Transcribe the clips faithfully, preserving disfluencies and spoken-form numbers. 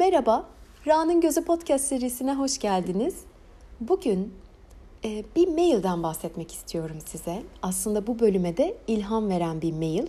Merhaba, Ra'nın Gözü Podcast serisine hoş geldiniz. Bugün e, bir mailden bahsetmek istiyorum size. Aslında bu bölüme de ilham veren bir mail.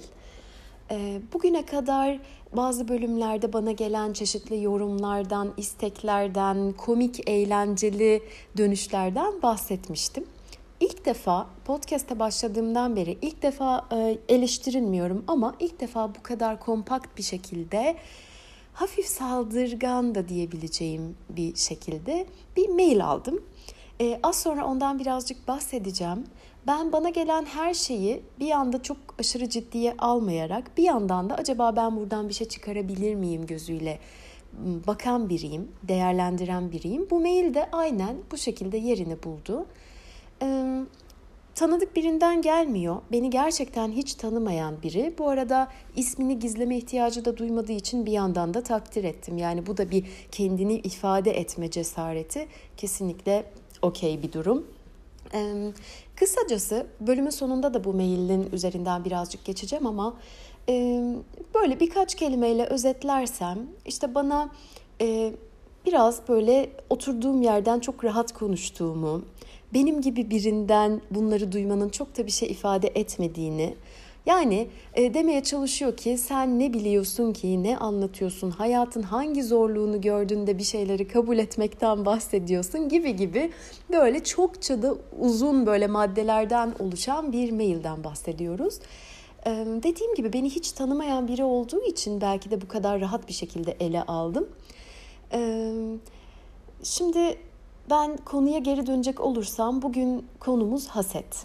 E, bugüne kadar bazı bölümlerde bana gelen çeşitli yorumlardan, isteklerden, komik, eğlenceli dönüşlerden bahsetmiştim. İlk defa podcast'a başladığımdan beri ilk defa e, eleştirilmiyorum ama ilk defa bu kadar kompakt bir şekilde, hafif saldırgan da diyebileceğim bir şekilde bir mail aldım. Ee, az sonra ondan birazcık bahsedeceğim. Ben bana gelen her şeyi bir anda çok aşırı ciddiye almayarak bir yandan da acaba ben buradan bir şey çıkarabilir miyim gözüyle bakan biriyim, değerlendiren biriyim. Bu mail de aynen bu şekilde yerini buldu. Ee, Tanıdık birinden gelmiyor. Beni gerçekten hiç tanımayan biri. Bu arada ismini gizleme ihtiyacı da duymadığı için bir yandan da takdir ettim. Yani bu da bir kendini ifade etme cesareti. Kesinlikle okey bir durum. Ee, kısacası bölümün sonunda da bu mailin üzerinden birazcık geçeceğim ama e, böyle birkaç kelimeyle özetlersem işte bana e, biraz böyle oturduğum yerden çok rahat konuştuğumu, benim gibi birinden bunları duymanın çok da bir şey ifade etmediğini, yani e, demeye çalışıyor ki sen ne biliyorsun ki, ne anlatıyorsun, hayatın hangi zorluğunu gördüğünde bir şeyleri kabul etmekten bahsediyorsun gibi gibi böyle çokça da uzun böyle maddelerden oluşan bir mailden bahsediyoruz. E, dediğim gibi beni hiç tanımayan biri olduğu için belki de bu kadar rahat bir şekilde ele aldım. E, şimdi... Ben konuya geri dönecek olursam bugün konumuz haset.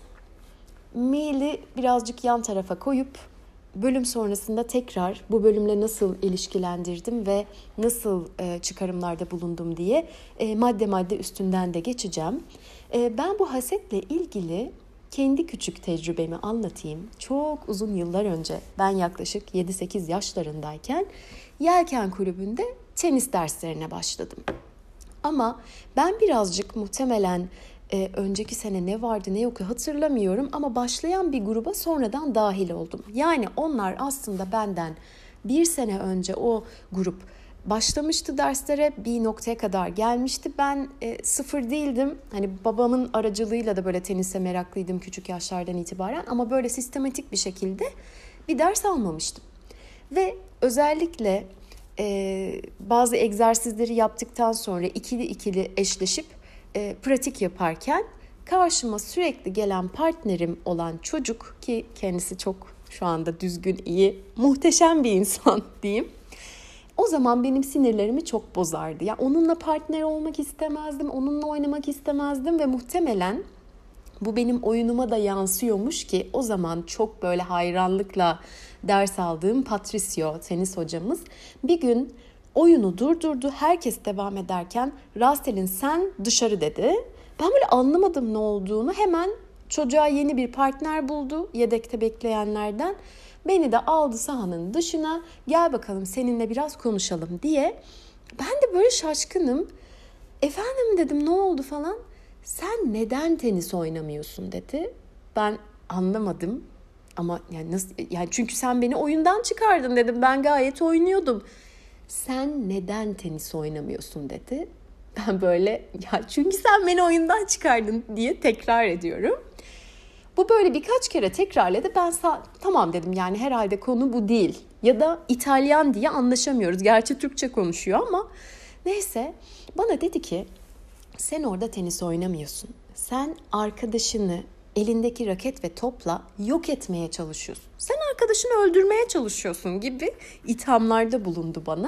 Maili birazcık yan tarafa koyup bölüm sonrasında tekrar bu bölümle nasıl ilişkilendirdim ve nasıl e, çıkarımlarda bulundum diye e, madde madde üstünden de geçeceğim. E, ben bu hasetle ilgili kendi küçük tecrübemi anlatayım. Çok uzun yıllar önce, ben yaklaşık yedi sekiz yaşlarındayken Yelken Kulübü'nde tenis derslerine başladım. Ama ben birazcık muhtemelen e, önceki sene ne vardı ne yoktu hatırlamıyorum ama başlayan bir gruba sonradan dahil oldum. Yani onlar aslında benden bir sene önce o grup başlamıştı derslere, bir noktaya kadar gelmişti. Ben e, sıfır değildim. Hani babamın aracılığıyla da böyle tenise meraklıydım küçük yaşlardan itibaren ama böyle sistematik bir şekilde bir ders almamıştım. Ve özellikle Ee, bazı egzersizleri yaptıktan sonra ikili ikili eşleşip e, pratik yaparken karşıma sürekli gelen partnerim olan çocuk, ki kendisi çok şu anda düzgün, iyi, muhteşem bir insan diyeyim. O zaman benim sinirlerimi çok bozardı. Ya onunla partner olmak istemezdim, onunla oynamak istemezdim ve muhtemelen bu benim oyunuma da yansıyormuş ki o zaman çok böyle hayranlıkla ders aldığım Patricio tenis hocamız bir gün oyunu durdurdu. Herkes devam ederken Rasel'in sen dışarı dedi. Ben böyle anlamadım ne olduğunu. Hemen çocuğa yeni bir partner buldu yedekte bekleyenlerden. Beni de aldı sahanın dışına. Gel bakalım seninle biraz konuşalım diye. Ben de böyle şaşkınım. Efendim dedim, ne oldu falan. Sen neden tenis oynamıyorsun dedi. Ben anlamadım ama yani nasıl, yani çünkü sen beni oyundan çıkardın dedim. Ben gayet oynuyordum. Sen neden tenis oynamıyorsun dedi. Ben böyle ya çünkü sen beni oyundan çıkardın diye tekrar ediyorum. Bu böyle birkaç kere tekrarladı. Ben sağ, tamam dedim, yani herhalde konu bu değil. Ya da İtalyan diye anlaşamıyoruz. Gerçi Türkçe konuşuyor ama neyse, bana dedi ki sen orada tenis oynamıyorsun. Sen arkadaşını elindeki raket ve topla yok etmeye çalışıyorsun. Sen arkadaşını öldürmeye çalışıyorsun gibi ithamlarda bulundu bana.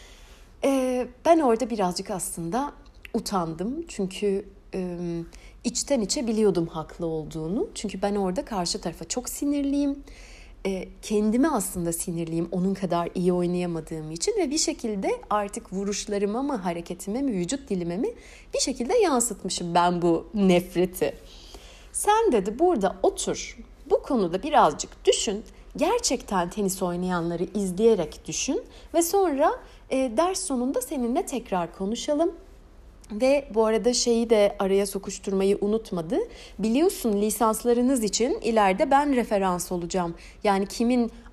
Ee, ben orada birazcık aslında utandım. Çünkü e, içten içe biliyordum haklı olduğunu. Çünkü ben orada karşı tarafa çok sinirliyim. E, kendime aslında sinirliyim onun kadar iyi oynayamadığım için ve bir şekilde artık vuruşlarıma mı, hareketime mi, vücut dilime mi bir şekilde yansıtmışım ben bu nefreti. Sen dedi burada otur, bu konuda birazcık düşün, gerçekten tenis oynayanları izleyerek düşün ve sonra e, ders sonunda seninle tekrar konuşalım. Ve bu arada şeyi de araya sokuşturmayı unutmadı. Biliyorsun lisanslarınız için ileride ben referans olacağım. Yani kimin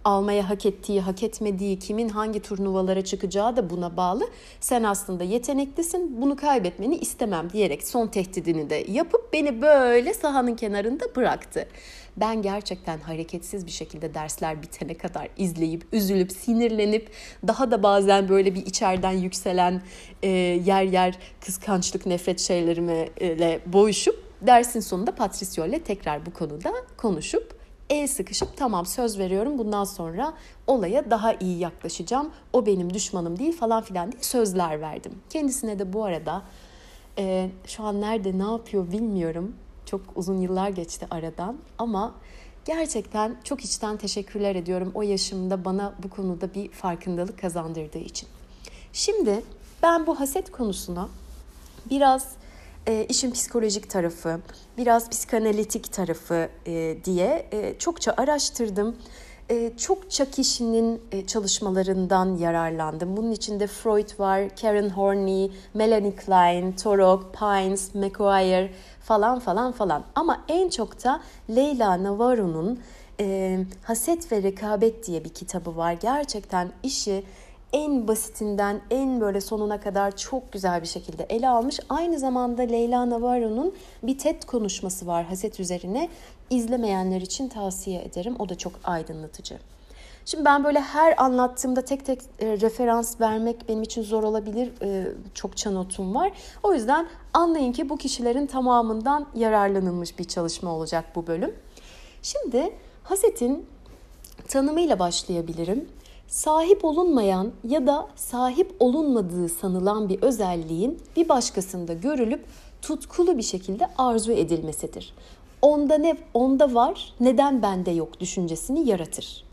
almaya hak ettiği, hak etmediği, kimin hangi turnuvalara çıkacağı da buna bağlı. Sen aslında yeteneklisin, bunu kaybetmeni istemem diyerek son tehdidini de yapıp beni böyle sahanın kenarında bıraktı. Ben gerçekten hareketsiz bir şekilde dersler bitene kadar izleyip, üzülüp, sinirlenip, daha da bazen böyle bir içeriden yükselen e, yer yer kıskançlık, nefret şeylerimle boğuşup dersin sonunda Patricio ile tekrar bu konuda konuşup el sıkışıp tamam söz veriyorum bundan sonra olaya daha iyi yaklaşacağım. O benim düşmanım değil falan filan diye sözler verdim. Kendisine de bu arada e, şu an nerede ne yapıyor bilmiyorum. Çok uzun yıllar geçti aradan ama gerçekten çok içten teşekkürler ediyorum o yaşımda bana bu konuda bir farkındalık kazandırdığı için. Şimdi ben bu haset konusuna biraz e, işin psikolojik tarafı, biraz psikanalitik tarafı e, diye e, çokça araştırdım. E, çokça kişinin e, çalışmalarından yararlandım. Bunun içinde Freud var, Karen Horney, Melanie Klein, Torok, Pines, McGuire falan falan falan. Ama en çok da Leyla Navarro'nun e, Haset ve Rekabet diye bir kitabı var. Gerçekten işi en basitinden en böyle sonuna kadar çok güzel bir şekilde ele almış. Aynı zamanda Leyla Navarro'nun bir TED konuşması var haset üzerine. İzlemeyenler için tavsiye ederim. O da çok aydınlatıcı. Şimdi ben böyle her anlattığımda tek tek e, referans vermek benim için zor olabilir. E, çokça notum var. O yüzden anlayın ki bu kişilerin tamamından yararlanılmış bir çalışma olacak bu bölüm. Şimdi hasetin tanımıyla başlayabilirim. Sahip olunmayan ya da sahip olunmadığı sanılan bir özelliğin bir başkasında görülüp tutkulu bir şekilde arzu edilmesidir. Onda ne onda var, neden bende yok düşüncesini yaratır.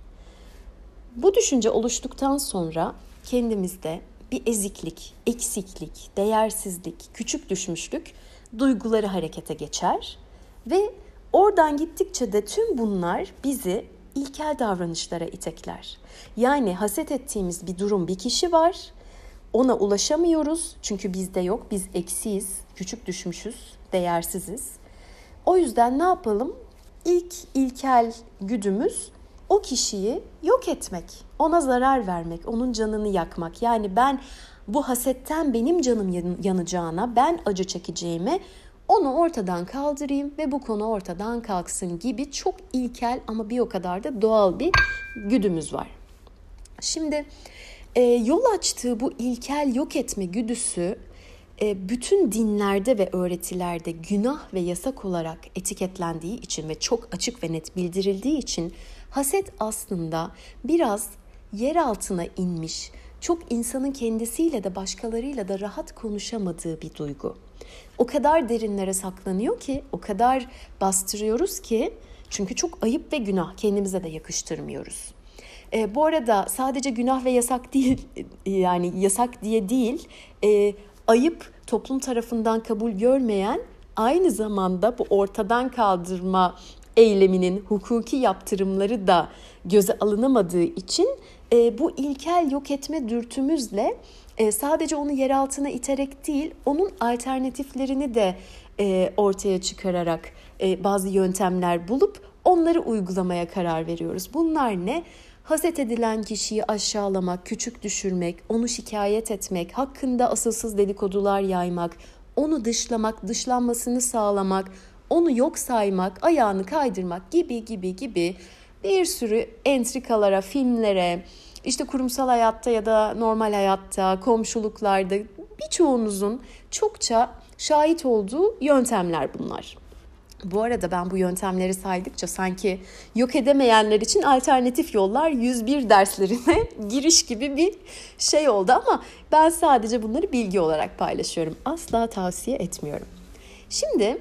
Bu düşünce oluştuktan sonra kendimizde bir eziklik, eksiklik, değersizlik, küçük düşmüşlük duyguları harekete geçer ve oradan gittikçe de tüm bunlar bizi ilkel davranışlara itekler. Yani haset ettiğimiz bir durum, bir kişi var. Ona ulaşamıyoruz çünkü bizde yok. Biz eksiyiz, küçük düşmüşüz, değersiziz. O yüzden ne yapalım? İlk ilkel güdümüz o kişiyi yok etmek, ona zarar vermek, onun canını yakmak. Yani ben bu hasetten benim canım yanacağına, ben acı çekeceğime onu ortadan kaldırayım ve bu konu ortadan kalksın gibi çok ilkel ama bir o kadar da doğal bir güdümüz var. Şimdi e, yol açtığı bu ilkel yok etme güdüsü e, bütün dinlerde ve öğretilerde günah ve yasak olarak etiketlendiği için ve çok açık ve net bildirildiği için haset aslında biraz yer altına inmiş, çok insanın kendisiyle de başkalarıyla da rahat konuşamadığı bir duygu. O kadar derinlere saklanıyor ki, o kadar bastırıyoruz ki çünkü çok ayıp ve günah, kendimize de yakıştırmıyoruz. E, bu arada sadece günah ve yasak değil, yani yasak diye değil, e, ayıp toplum tarafından kabul görmeyen, aynı zamanda bu ortadan kaldırma eyleminin hukuki yaptırımları da göze alınamadığı için e, bu ilkel yok etme dürtümüzle e, sadece onu yer altına iterek değil, onun alternatiflerini de e, ortaya çıkararak e, bazı yöntemler bulup onları uygulamaya karar veriyoruz. Bunlar ne? Haset edilen kişiyi aşağılamak, küçük düşürmek, onu şikayet etmek, hakkında asılsız dedikodular yaymak, onu dışlamak, dışlanmasını sağlamak, onu yok saymak, ayağını kaydırmak gibi gibi gibi bir sürü entrikalara, filmlere, işte kurumsal hayatta ya da normal hayatta, komşuluklarda birçoğunuzun çokça şahit olduğu yöntemler bunlar. Bu arada ben bu yöntemleri saydıkça sanki yok edemeyenler için alternatif yollar yüz bir derslerine giriş gibi bir şey oldu ama ben sadece bunları bilgi olarak paylaşıyorum. Asla tavsiye etmiyorum. Şimdi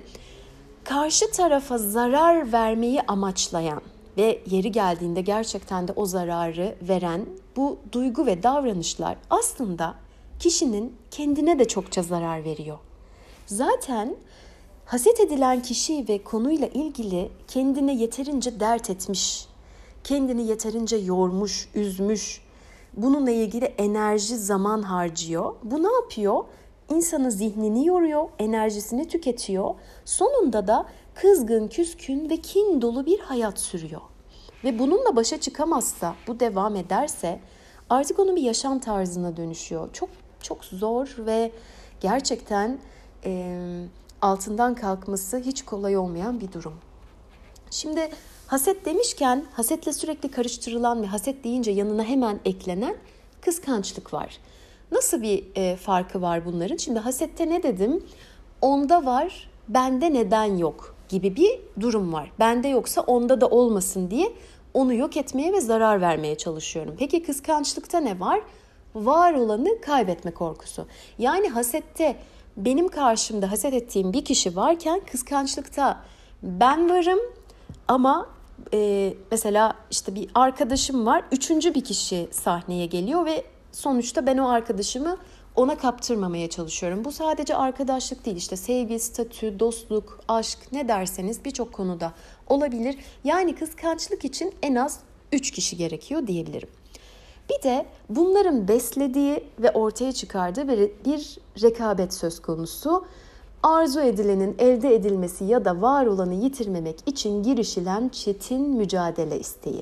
karşı tarafa zarar vermeyi amaçlayan ve yeri geldiğinde gerçekten de o zararı veren bu duygu ve davranışlar aslında kişinin kendine de çokça zarar veriyor. Zaten haset edilen kişi ve konuyla ilgili kendine yeterince dert etmiş, kendini yeterince yormuş, üzmüş, bununla ilgili enerji, zaman harcıyor. Bu ne yapıyor? İnsanın zihnini yoruyor, enerjisini tüketiyor. Sonunda da kızgın, küskün ve kin dolu bir hayat sürüyor. Ve bununla başa çıkamazsa, bu devam ederse artık onun bir yaşam tarzına dönüşüyor. Çok çok zor ve gerçekten e, altından kalkması hiç kolay olmayan bir durum. Şimdi haset demişken hasetle sürekli karıştırılan ve haset deyince yanına hemen eklenen kıskançlık var. Nasıl bir e, farkı var bunların? Şimdi hasette ne dedim? Onda var, bende neden yok gibi bir durum var. Bende yoksa onda da olmasın diye onu yok etmeye ve zarar vermeye çalışıyorum. Peki kıskançlıkta ne var? Var olanı kaybetme korkusu. Yani hasette benim karşımda haset ettiğim bir kişi varken kıskançlıkta ben varım ama e, mesela işte bir arkadaşım var. Üçüncü bir kişi sahneye geliyor ve sonuçta ben o arkadaşımı ona kaptırmamaya çalışıyorum. Bu sadece arkadaşlık değil, işte sevgi, statü, dostluk, aşk ne derseniz birçok konuda olabilir. Yani kıskançlık için en az üç kişi gerekiyor diyebilirim. Bir de bunların beslediği ve ortaya çıkardığı bir rekabet söz konusu. Arzu edilenin elde edilmesi ya da var olanı yitirmemek için girişilen çetin mücadele isteği.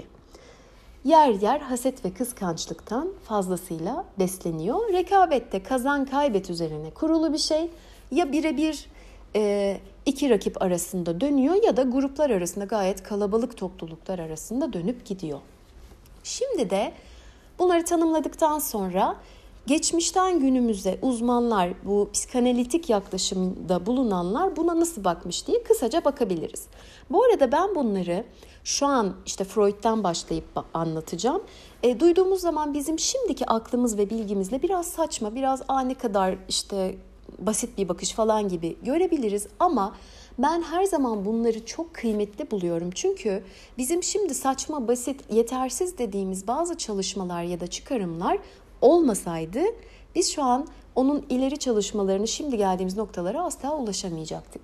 Yer yer haset ve kıskançlıktan fazlasıyla besleniyor. Rekabette kazan kaybet üzerine kurulu bir şey. Ya birebir e, iki rakip arasında dönüyor ya da gruplar arasında gayet kalabalık topluluklar arasında dönüp gidiyor. Şimdi de bunları tanımladıktan sonra geçmişten günümüze uzmanlar, bu psikanalitik yaklaşımda bulunanlar buna nasıl bakmış diye kısaca bakabiliriz. Bu arada ben bunları şu an işte Freud'dan başlayıp anlatacağım. E, duyduğumuz zaman bizim şimdiki aklımız ve bilgimizle biraz saçma, biraz aa ne kadar işte basit bir bakış falan gibi görebiliriz ama ben her zaman bunları çok kıymetli buluyorum. Çünkü bizim şimdi saçma, basit, yetersiz dediğimiz bazı çalışmalar ya da çıkarımlar olmasaydı biz şu an onun ileri çalışmalarını şimdi geldiğimiz noktalara asla ulaşamayacaktık.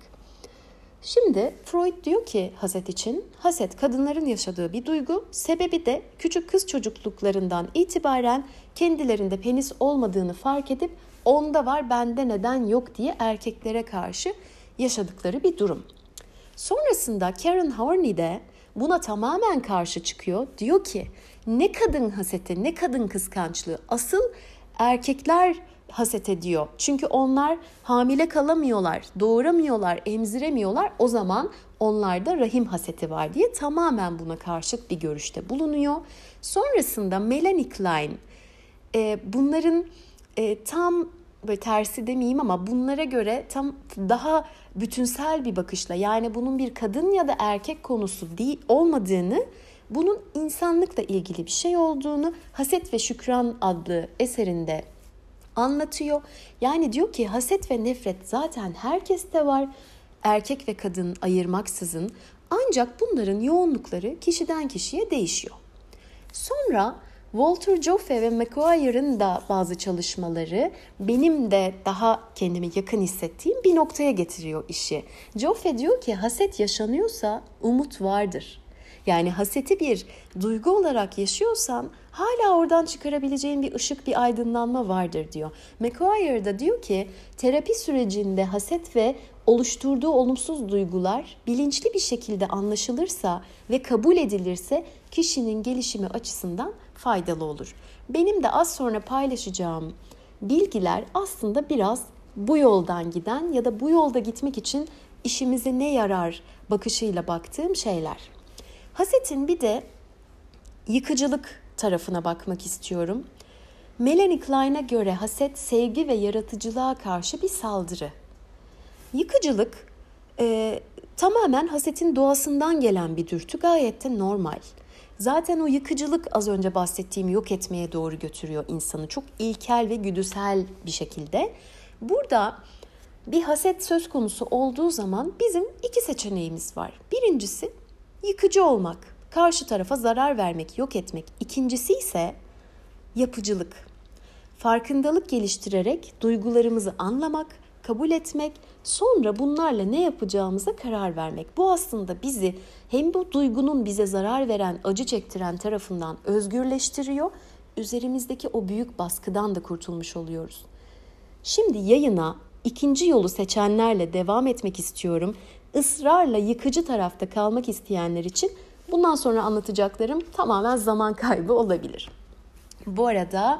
Şimdi Freud diyor ki haset için, haset kadınların yaşadığı bir duygu, sebebi de küçük kız çocukluklarından itibaren kendilerinde penis olmadığını fark edip onda var bende neden yok diye erkeklere karşı yaşadıkları bir durum. Sonrasında Karen Horney de buna tamamen karşı çıkıyor. Diyor ki ne kadın haseti, ne kadın kıskançlığı, asıl erkekler haset ediyor. Çünkü onlar hamile kalamıyorlar, doğuramıyorlar, emziremiyorlar. O zaman onlarda rahim haseti var diye tamamen buna karşıt bir görüşte bulunuyor. Sonrasında Melanie Klein e, bunların e, tam böyle tersi demeyeyim ama bunlara göre tam daha bütünsel bir bakışla, yani bunun bir kadın ya da erkek konusu değil olmadığını, bunun insanlıkla ilgili bir şey olduğunu Haset ve Şükran adlı eserinde anlatıyor. Yani diyor ki haset ve nefret zaten herkeste var, erkek ve kadın ayırmaksızın, ancak bunların yoğunlukları kişiden kişiye değişiyor. Sonra Walter Joffe ve McGuire'ın da bazı çalışmaları benim de daha kendime yakın hissettiğim bir noktaya getiriyor işi. Joffe diyor ki haset yaşanıyorsa umut vardır. Yani haseti bir duygu olarak yaşıyorsan hala oradan çıkarabileceğin bir ışık, bir aydınlanma vardır diyor. McGuire da diyor ki terapi sürecinde haset ve oluşturduğu olumsuz duygular bilinçli bir şekilde anlaşılırsa ve kabul edilirse kişinin gelişimi açısından faydalı olur. Benim de az sonra paylaşacağım bilgiler aslında biraz bu yoldan giden ya da bu yolda gitmek için işimize ne yarar bakışıyla baktığım şeyler. Hasetin bir de yıkıcılık tarafına bakmak istiyorum. Melanie Klein'a göre haset sevgi ve yaratıcılığa karşı bir saldırı. Yıkıcılık e, tamamen hasetin doğasından gelen bir dürtü, gayet de normal. Zaten o yıkıcılık az önce bahsettiğim yok etmeye doğru götürüyor insanı çok ilkel ve güdüsel bir şekilde. Burada bir haset söz konusu olduğu zaman bizim iki seçeneğimiz var. Birincisi yıkıcı olmak, karşı tarafa zarar vermek, yok etmek. İkincisi ise yapıcılık. Farkındalık geliştirerek duygularımızı anlamak, kabul etmek, sonra bunlarla ne yapacağımıza karar vermek. Bu aslında bizi hem bu duygunun bize zarar veren, acı çektiren tarafından özgürleştiriyor, üzerimizdeki o büyük baskıdan da kurtulmuş oluyoruz. Şimdi yayına ikinci yolu seçenlerle devam etmek istiyorum. Israrla yıkıcı tarafta kalmak isteyenler için Bundan sonra anlatacaklarım tamamen zaman kaybı olabilir. Bu arada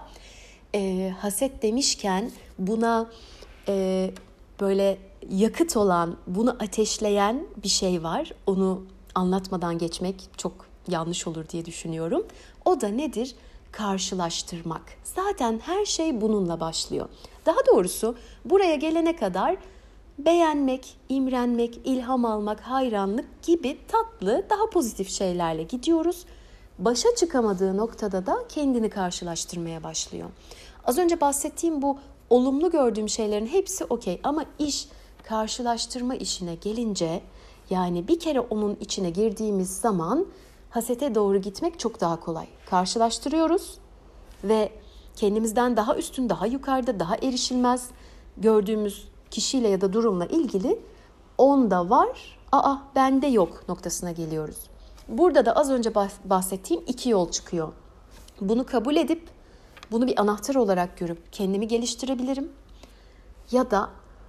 e, haset demişken buna e, böyle yakıt olan, bunu ateşleyen bir şey var. Onu anlatmadan geçmek çok yanlış olur diye düşünüyorum. O da nedir? Karşılaştırmak. Zaten her şey bununla başlıyor. Daha doğrusu buraya gelene kadar beğenmek, imrenmek, ilham almak, hayranlık gibi tatlı, daha pozitif şeylerle gidiyoruz. Başa çıkamadığı noktada da kendini karşılaştırmaya başlıyor. Az önce bahsettiğim bu olumlu gördüğüm şeylerin hepsi okey ama iş karşılaştırma işine gelince, yani bir kere onun içine girdiğimiz zaman hasete doğru gitmek çok daha kolay. Karşılaştırıyoruz ve kendimizden daha üstün, daha yukarıda, daha erişilmez gördüğümüz kişiyle ya da durumla ilgili onda var, aa bende yok noktasına geliyoruz. Burada da az önce bahsettiğim iki yol çıkıyor. Bunu kabul edip, bunu bir anahtar olarak görüp kendimi geliştirebilirim. Ya da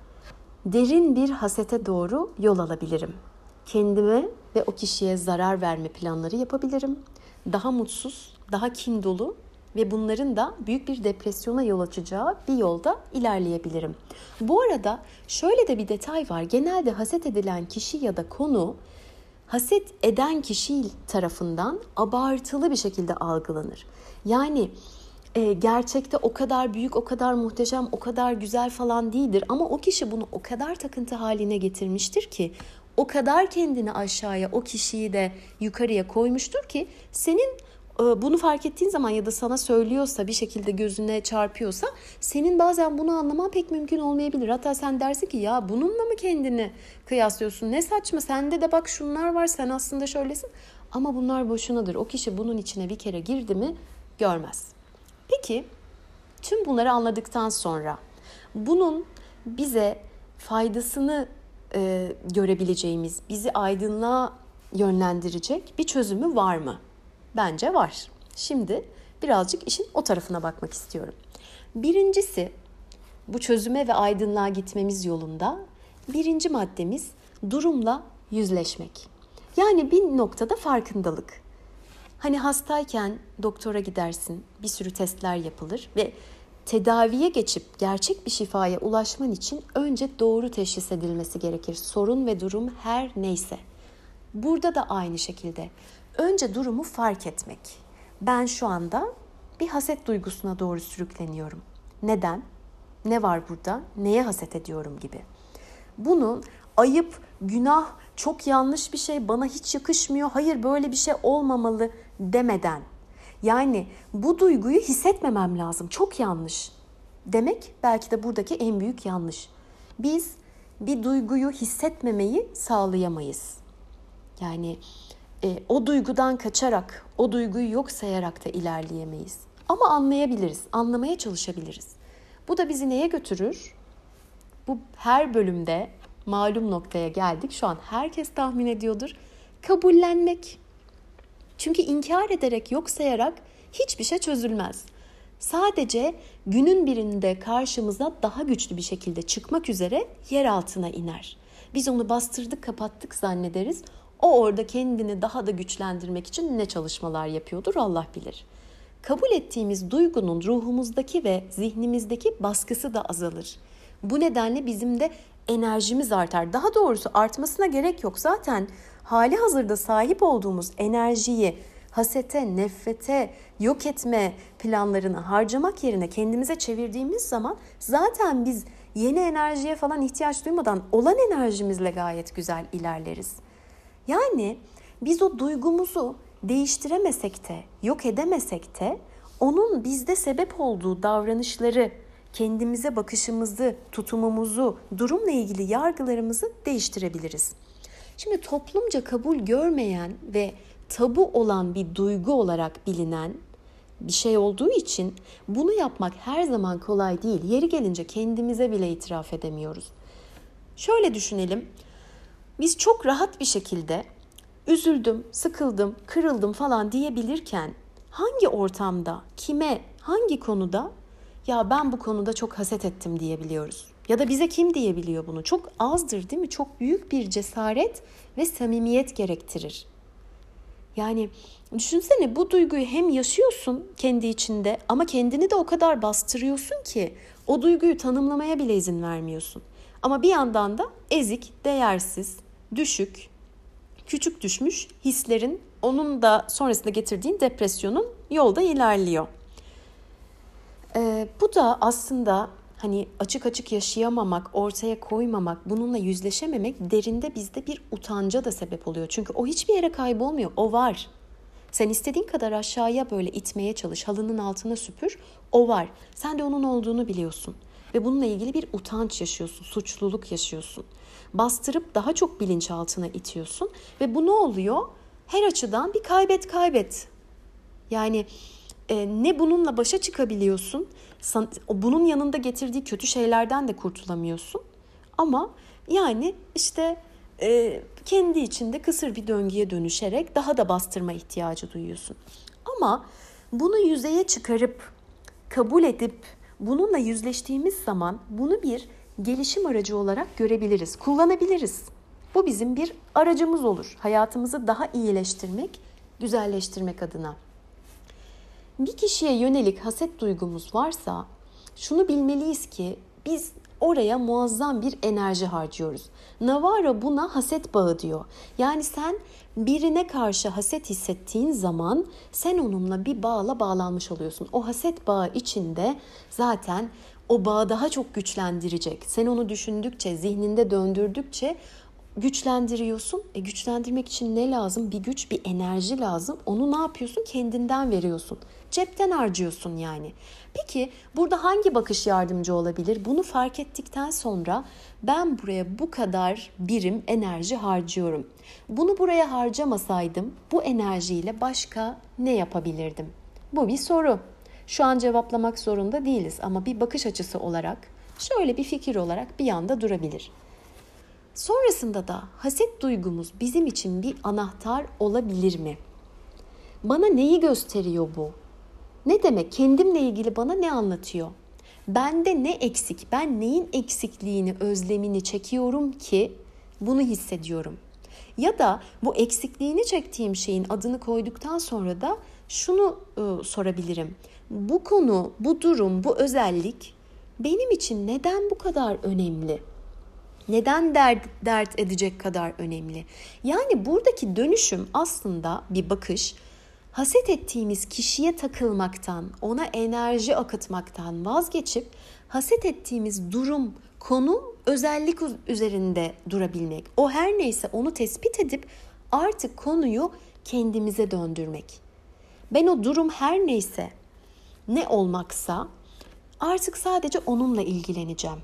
derin bir hasete doğru yol alabilirim. Kendime ve o kişiye zarar verme planları yapabilirim. Daha mutsuz, daha kin dolu ve bunların da büyük bir depresyona yol açacağı bir yolda ilerleyebilirim. Bu arada şöyle de bir detay var. Genelde haset edilen kişi ya da konu haset eden kişi tarafından abartılı bir şekilde algılanır. Yani e, gerçekte o kadar büyük, o kadar muhteşem, o kadar güzel falan değildir. Ama o kişi bunu o kadar takıntı haline getirmiştir ki, o kadar kendini aşağıya, o kişiyi de yukarıya koymuştur ki senin e, bunu fark ettiğin zaman ya da sana söylüyorsa, bir şekilde gözüne çarpıyorsa senin bazen bunu anlaman pek mümkün olmayabilir. Hatta sen dersin ki ya bununla mı kendini kıyaslıyorsun? Ne saçma, sende de bak şunlar var, sen aslında şöylesin. Ama bunlar boşunadır. O kişi bunun içine bir kere girdi mi görmez. Peki tüm bunları anladıktan sonra bunun bize faydasını e, görebileceğimiz, bizi aydınlığa yönlendirecek bir çözümü var mı? Bence var. Şimdi birazcık işin o tarafına bakmak istiyorum. Birincisi, bu çözüme ve aydınlığa gitmemiz yolunda birinci maddemiz durumla yüzleşmek. Yani bir noktada farkındalık. Hani hastayken doktora gidersin, bir sürü testler yapılır ve tedaviye geçip gerçek bir şifaya ulaşman için önce doğru teşhis edilmesi gerekir. Sorun ve durum her neyse. Burada da aynı şekilde. Önce durumu fark etmek. Ben şu anda bir haset duygusuna doğru sürükleniyorum. Neden? Ne var burada? Neye haset ediyorum gibi. Bunun ayıp, günah, çok yanlış bir şey, bana hiç yakışmıyor, hayır böyle bir şey olmamalı demeden. Yani bu duyguyu hissetmemem lazım, çok yanlış demek belki de buradaki en büyük yanlış. Biz bir duyguyu hissetmemeyi sağlayamayız. Yani e, o duygudan kaçarak, o duyguyu yok sayarak da ilerleyemeyiz. Ama anlayabiliriz, anlamaya çalışabiliriz. Bu da bizi neye götürür? Bu her bölümde malum noktaya geldik. Şu an herkes tahmin ediyordur. Kabullenmek. Çünkü inkar ederek, yok sayarak hiçbir şey çözülmez. Sadece günün birinde karşımıza daha güçlü bir şekilde çıkmak üzere yer altına iner. Biz onu bastırdık, kapattık zannederiz. O orada kendini daha da güçlendirmek için ne çalışmalar yapıyordur Allah bilir. Kabul ettiğimiz duygunun ruhumuzdaki ve zihnimizdeki baskısı da azalır. Bu nedenle bizim de enerjimiz artar. Daha doğrusu artmasına gerek yok. Zaten hali hazırda sahip olduğumuz enerjiyi hasete, nefrete, yok etme planlarını harcamak yerine kendimize çevirdiğimiz zaman zaten biz yeni enerjiye falan ihtiyaç duymadan olan enerjimizle gayet güzel ilerleriz. Yani biz o duygumuzu değiştiremesek de, yok edemesek de onun bizde sebep olduğu davranışları, kendimize bakışımızı, tutumumuzu, durumla ilgili yargılarımızı değiştirebiliriz. Şimdi toplumca kabul görmeyen ve tabu olan bir duygu olarak bilinen bir şey olduğu için bunu yapmak her zaman kolay değil. Yeri gelince kendimize bile itiraf edemiyoruz. Şöyle düşünelim. Biz çok rahat bir şekilde üzüldüm, sıkıldım, kırıldım falan diyebilirken hangi ortamda, kime, hangi konuda ya ben bu konuda çok haset ettim diyebiliyoruz. Ya da bize kim diyebiliyor bunu? Çok azdır değil mi? Çok büyük bir cesaret ve samimiyet gerektirir. Yani düşünsene, bu duyguyu hem yaşıyorsun kendi içinde ama kendini de o kadar bastırıyorsun ki o duyguyu tanımlamaya bile izin vermiyorsun. Ama bir yandan da ezik, değersiz, düşük, küçük düşmüş hislerin, onun da sonrasında getirdiğin depresyonun yolda ilerliyor. Ee, bu da aslında hani açık açık yaşayamamak, ortaya koymamak, bununla yüzleşememek derinde bizde bir utanca da sebep oluyor. Çünkü o hiçbir yere kaybolmuyor, o var. Sen istediğin kadar aşağıya böyle itmeye çalış, halının altına süpür, o var. Sen de onun olduğunu biliyorsun. Ve bununla ilgili bir utanç yaşıyorsun, suçluluk yaşıyorsun. Bastırıp daha çok bilinçaltına itiyorsun. Ve bu ne oluyor? Her açıdan bir kaybet kaybet. Yani e, ne bununla başa çıkabiliyorsun, san, bunun yanında getirdiği kötü şeylerden de kurtulamıyorsun. Ama yani işte e, kendi içinde kısır bir döngüye dönüşerek daha da bastırma ihtiyacı duyuyorsun. Ama bunu yüzeye çıkarıp, kabul edip, bununla yüzleştiğimiz zaman bunu bir gelişim aracı olarak görebiliriz, kullanabiliriz. Bu bizim bir aracımız olur. Hayatımızı daha iyileştirmek, güzelleştirmek adına. Bir kişiye yönelik haset duygumuz varsa şunu bilmeliyiz ki biz oraya muazzam bir enerji harcıyoruz. Navarro buna haset bağı diyor. Yani sen birine karşı haset hissettiğin zaman sen onunla bir bağla bağlanmış oluyorsun. O haset bağı içinde zaten o bağı daha çok güçlendirecek. Sen onu düşündükçe, zihninde döndürdükçe güçlendiriyorsun. E güçlendirmek için ne lazım? Bir güç, bir enerji lazım. Onu ne yapıyorsun? Kendinden veriyorsun. Cepten harcıyorsun yani. Peki burada hangi bakış yardımcı olabilir? Bunu fark ettikten sonra ben buraya bu kadar birim enerji harcıyorum. Bunu buraya harcamasaydım bu enerjiyle başka ne yapabilirdim? Bu bir soru. Şu an cevaplamak zorunda değiliz ama bir bakış açısı olarak, şöyle bir fikir olarak bir yanda durabilir. Sonrasında da haset duygumuz bizim için bir anahtar olabilir mi? Bana neyi gösteriyor bu? Ne demek? Kendimle ilgili bana ne anlatıyor? Bende ne eksik? Ben neyin eksikliğini, özlemini çekiyorum ki bunu hissediyorum? Ya da bu eksikliğini çektiğim şeyin adını koyduktan sonra da şunu e, sorabilirim. Bu konu, bu durum, bu özellik benim için neden bu kadar önemli? Neden dert, dert edecek kadar önemli? Yani buradaki dönüşüm aslında bir bakış, haset ettiğimiz kişiye takılmaktan, ona enerji akıtmaktan vazgeçip haset ettiğimiz durum, konu, özellik üzerinde durabilmek. O her neyse onu tespit edip artık konuyu kendimize döndürmek. Ben o durum her neyse, ne olmaksa artık sadece onunla ilgileneceğim.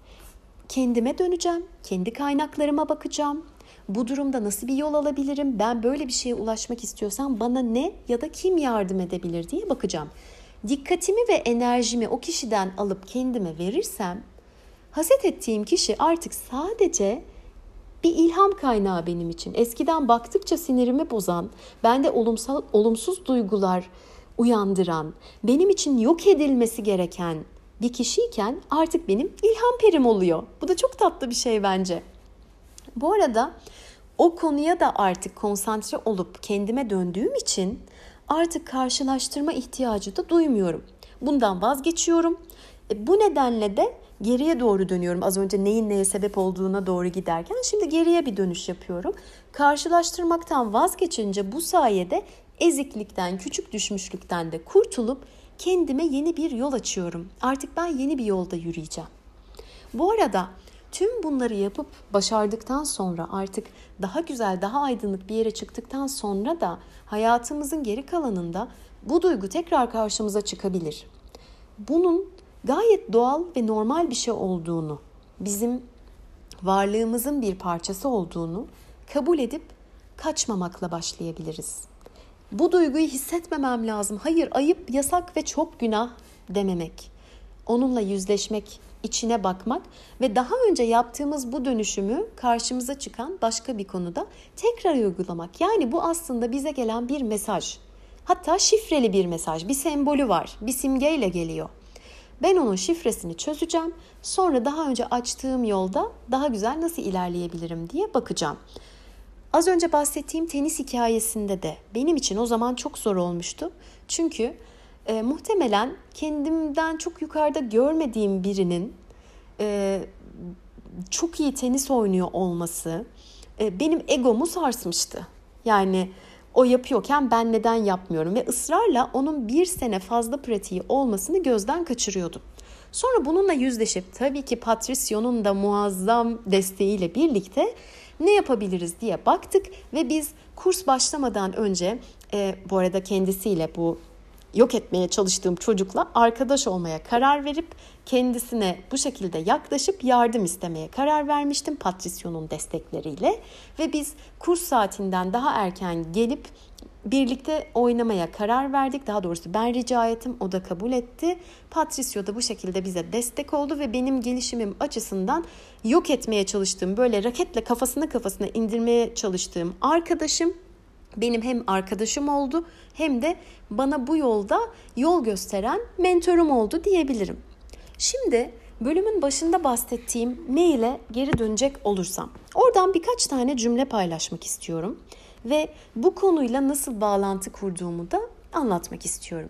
Kendime döneceğim, kendi kaynaklarıma bakacağım. Bu durumda nasıl bir yol alabilirim? Ben böyle bir şeye ulaşmak istiyorsam bana ne ya da kim yardım edebilir diye bakacağım. Dikkatimi ve enerjimi o kişiden alıp kendime verirsem, haset ettiğim kişi artık sadece bir ilham kaynağı benim için. Eskiden baktıkça sinirimi bozan, bende olumsal, olumsuz duygular uyandıran, benim için yok edilmesi gereken bir kişiyken artık benim ilham perim oluyor. Bu da çok tatlı bir şey bence. Bu arada o konuya da artık konsantre olup kendime döndüğüm için artık karşılaştırma ihtiyacı da duymuyorum. Bundan vazgeçiyorum. E, bu nedenle de geriye doğru dönüyorum. Az önce neyin neye sebep olduğuna doğru giderken şimdi geriye bir dönüş yapıyorum. Karşılaştırmaktan vazgeçince bu sayede eziklikten, küçük düşmüşlükten de kurtulup kendime yeni bir yol açıyorum. Artık ben yeni bir yolda yürüyeceğim. Bu arada tüm bunları yapıp başardıktan sonra artık daha güzel, daha aydınlık bir yere çıktıktan sonra da hayatımızın geri kalanında bu duygu tekrar karşımıza çıkabilir. Bunun gayet doğal ve normal bir şey olduğunu, bizim varlığımızın bir parçası olduğunu kabul edip kaçmamakla başlayabiliriz. Bu duyguyu hissetmemem lazım. Hayır, ayıp, yasak ve çok günah dememek. Onunla yüzleşmek, içine bakmak ve daha önce yaptığımız bu dönüşümü karşımıza çıkan başka bir konuda tekrar uygulamak. Yani bu aslında bize gelen bir mesaj. Hatta şifreli bir mesaj, bir sembolü var, bir simgeyle geliyor. Ben onun şifresini çözeceğim. Sonra daha önce açtığım yolda daha güzel nasıl ilerleyebilirim diye bakacağım. Az önce bahsettiğim tenis hikayesinde de benim için o zaman çok zor olmuştu. Çünkü e, muhtemelen kendimden çok yukarıda görmediğim birinin e, çok iyi tenis oynuyor olması e, benim egomu sarsmıştı. Yani o yapıyorken ben neden yapmıyorum ve ısrarla onun bir sene fazla pratiği olmasını gözden kaçırıyordum. Sonra bununla yüzleşip tabii ki Patricio'nun da muazzam desteğiyle birlikte ne yapabiliriz diye baktık ve biz kurs başlamadan önce e, bu arada kendisiyle bu yok etmeye çalıştığım çocukla arkadaş olmaya karar verip kendisine bu şekilde yaklaşıp yardım istemeye karar vermiştim Patricio'nun destekleriyle ve biz kurs saatinden daha erken gelip birlikte oynamaya karar verdik. Daha doğrusu ben rica ettim, o da kabul etti. Patricio da bu şekilde bize destek oldu ve benim gelişimim açısından yok etmeye çalıştığım, böyle raketle kafasına kafasına indirmeye çalıştığım arkadaşım benim hem arkadaşım oldu hem de bana bu yolda yol gösteren mentorum oldu diyebilirim. Şimdi bölümün başında bahsettiğim maile geri dönecek olursam, oradan birkaç tane cümle paylaşmak istiyorum ve bu konuyla nasıl bağlantı kurduğumu da anlatmak istiyorum.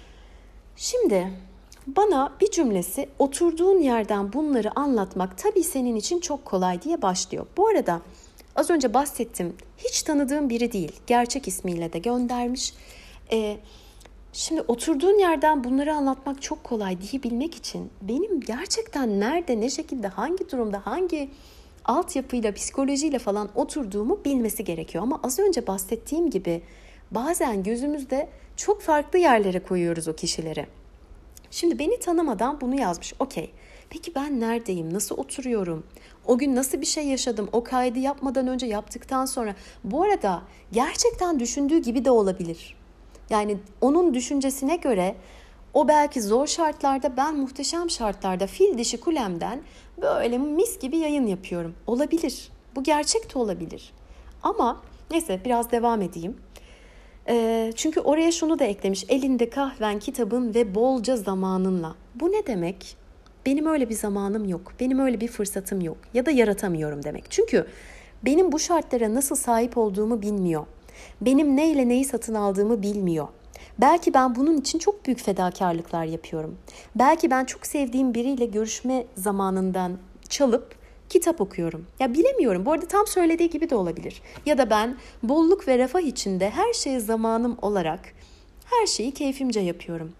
Şimdi bana bir cümlesi oturduğun yerden bunları anlatmak tabii senin için çok kolay diye başlıyor. Bu arada az önce bahsettim, hiç tanıdığım biri değil, gerçek ismiyle de göndermiş. Ee, şimdi oturduğun yerden bunları anlatmak çok kolay diyebilmek için benim gerçekten nerede, ne şekilde, hangi durumda, hangi altyapıyla, psikolojiyle falan oturduğumu bilmesi gerekiyor. Ama az önce bahsettiğim gibi bazen gözümüzde çok farklı yerlere koyuyoruz o kişileri. Şimdi beni tanımadan bunu yazmış. Okey. Peki ben neredeyim? Nasıl oturuyorum? O gün nasıl bir şey yaşadım? O kaydı yapmadan önce, yaptıktan sonra. Bu arada gerçekten düşündüğü gibi de olabilir. Yani onun düşüncesine göre o belki zor şartlarda, ben muhteşem şartlarda fil dişi kulemden böyle mis gibi yayın yapıyorum. Olabilir. Bu gerçek de olabilir. Ama neyse biraz devam edeyim. E, çünkü oraya şunu da eklemiş. Elinde kahven, kitabın ve bolca zamanınla. Bu ne demek? Benim öyle bir zamanım yok. Benim öyle bir fırsatım yok. Ya da yaratamıyorum demek. Çünkü benim bu şartlara nasıl sahip olduğumu bilmiyor. Benim neyle neyi satın aldığımı bilmiyor. Belki ben bunun için çok büyük fedakarlıklar yapıyorum. Belki ben çok sevdiğim biriyle görüşme zamanından çalıp kitap okuyorum. Ya bilemiyorum. Bu arada tam söylediği gibi de olabilir. Ya da ben bolluk ve refah içinde her şeye zamanım olarak her şeyi keyfimce yapıyorum.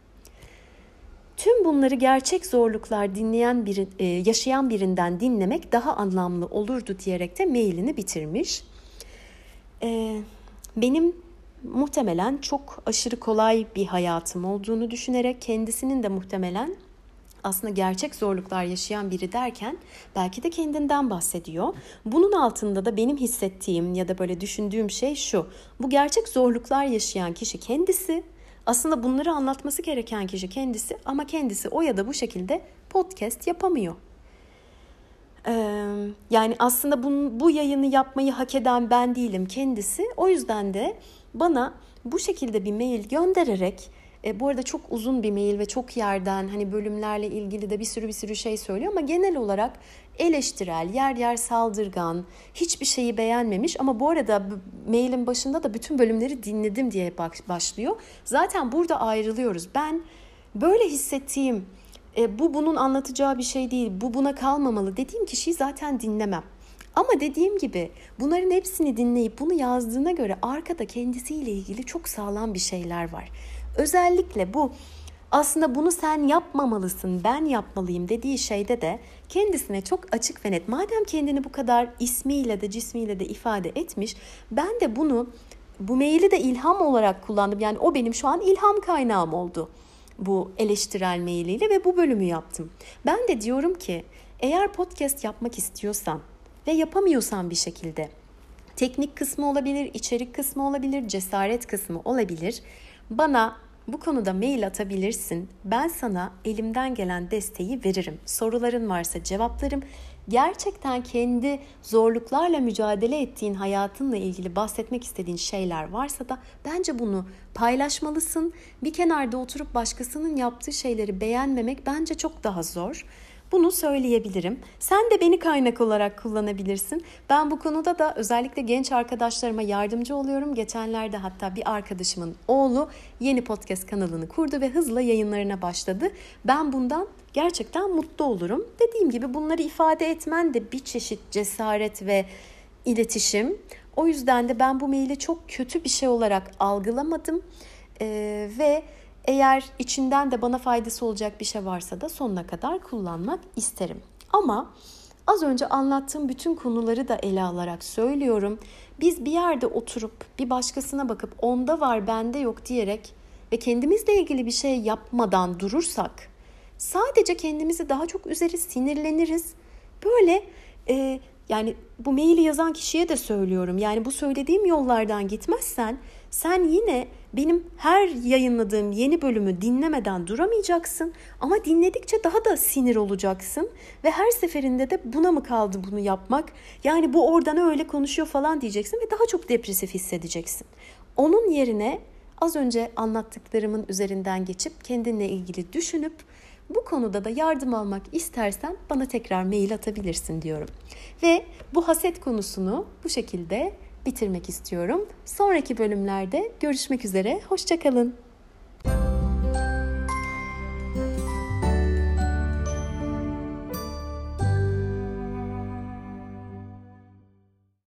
Tüm bunları gerçek zorluklar dinleyen biri, e, yaşayan birinden dinlemek daha anlamlı olurdu diyerek de mailini bitirmiş. E, benim muhtemelen çok aşırı kolay bir hayatım olduğunu düşünerek kendisinin de muhtemelen aslında gerçek zorluklar yaşayan biri derken belki de kendinden bahsediyor. Bunun altında da benim hissettiğim ya da böyle düşündüğüm şey şu. Bu gerçek zorluklar yaşayan kişi kendisi. Aslında bunları anlatması gereken kişi kendisi ama kendisi o ya da bu şekilde podcast yapamıyor. Ee, yani aslında bu, bu yayını yapmayı hak eden ben değilim, kendisi. O yüzden de bana bu şekilde bir mail göndererek, e, bu arada çok uzun bir mail ve çok yerden hani bölümlerle ilgili de bir sürü bir sürü şey söylüyor ama genel olarak eleştirel, yer yer saldırgan, hiçbir şeyi beğenmemiş ama bu arada mailin başında da bütün bölümleri dinledim diye başlıyor. Zaten burada ayrılıyoruz. Ben böyle hissettiğim, e, bu bunun anlatacağı bir şey değil, bu buna kalmamalı dediğim kişiyi zaten dinlemem. Ama dediğim gibi bunların hepsini dinleyip bunu yazdığına göre arkada kendisiyle ilgili çok sağlam bir şeyler var. Özellikle bu aslında bunu sen yapmamalısın, ben yapmalıyım dediği şeyde de kendisine çok açık ve net. Madem kendini bu kadar ismiyle de cismiyle de ifade etmiş, ben de bunu, bu maili de ilham olarak kullandım. Yani o benim şu an ilham kaynağım oldu bu eleştirel mailiyle ve bu bölümü yaptım. Ben de diyorum ki eğer podcast yapmak istiyorsan ve yapamıyorsan bir şekilde, teknik kısmı olabilir, içerik kısmı olabilir, cesaret kısmı olabilir. Bana bu konuda mail atabilirsin. Ben sana elimden gelen desteği veririm. Soruların varsa cevaplarım. Gerçekten kendi zorluklarla mücadele ettiğin hayatınla ilgili bahsetmek istediğin şeyler varsa da bence bunu paylaşmalısın. Bir kenarda oturup başkasının yaptığı şeyleri beğenmemek bence çok daha zor. Bunu söyleyebilirim. Sen de beni kaynak olarak kullanabilirsin. Ben bu konuda da özellikle genç arkadaşlarıma yardımcı oluyorum. Geçenlerde hatta bir arkadaşımın oğlu yeni podcast kanalını kurdu ve hızla yayınlarına başladı. Ben bundan gerçekten mutlu olurum. Dediğim gibi bunları ifade etmen de bir çeşit cesaret ve iletişim. O yüzden de ben bu maili çok kötü bir şey olarak algılamadım. Ee, ve eğer içinden de bana faydası olacak bir şey varsa da sonuna kadar kullanmak isterim. Ama az önce anlattığım bütün konuları da ele alarak söylüyorum. Biz bir yerde oturup bir başkasına bakıp onda var bende yok diyerek ve kendimizle ilgili bir şey yapmadan durursak sadece kendimizi daha çok üzeri sinirleniriz. Böyle e, yani bu maili yazan kişiye de söylüyorum. Yani bu söylediğim yollardan gitmezsen sen yine benim her yayınladığım yeni bölümü dinlemeden duramayacaksın. Ama dinledikçe daha da sinir olacaksın. Ve her seferinde de buna mı kaldı bunu yapmak? Yani bu oradan öyle konuşuyor falan diyeceksin ve daha çok depresif hissedeceksin. Onun yerine az önce anlattıklarımın üzerinden geçip kendinle ilgili düşünüp bu konuda da yardım almak istersen bana tekrar mail atabilirsin diyorum. Ve bu haset konusunu bu şekilde bitirmek istiyorum. Sonraki bölümlerde görüşmek üzere. Hoşça kalın.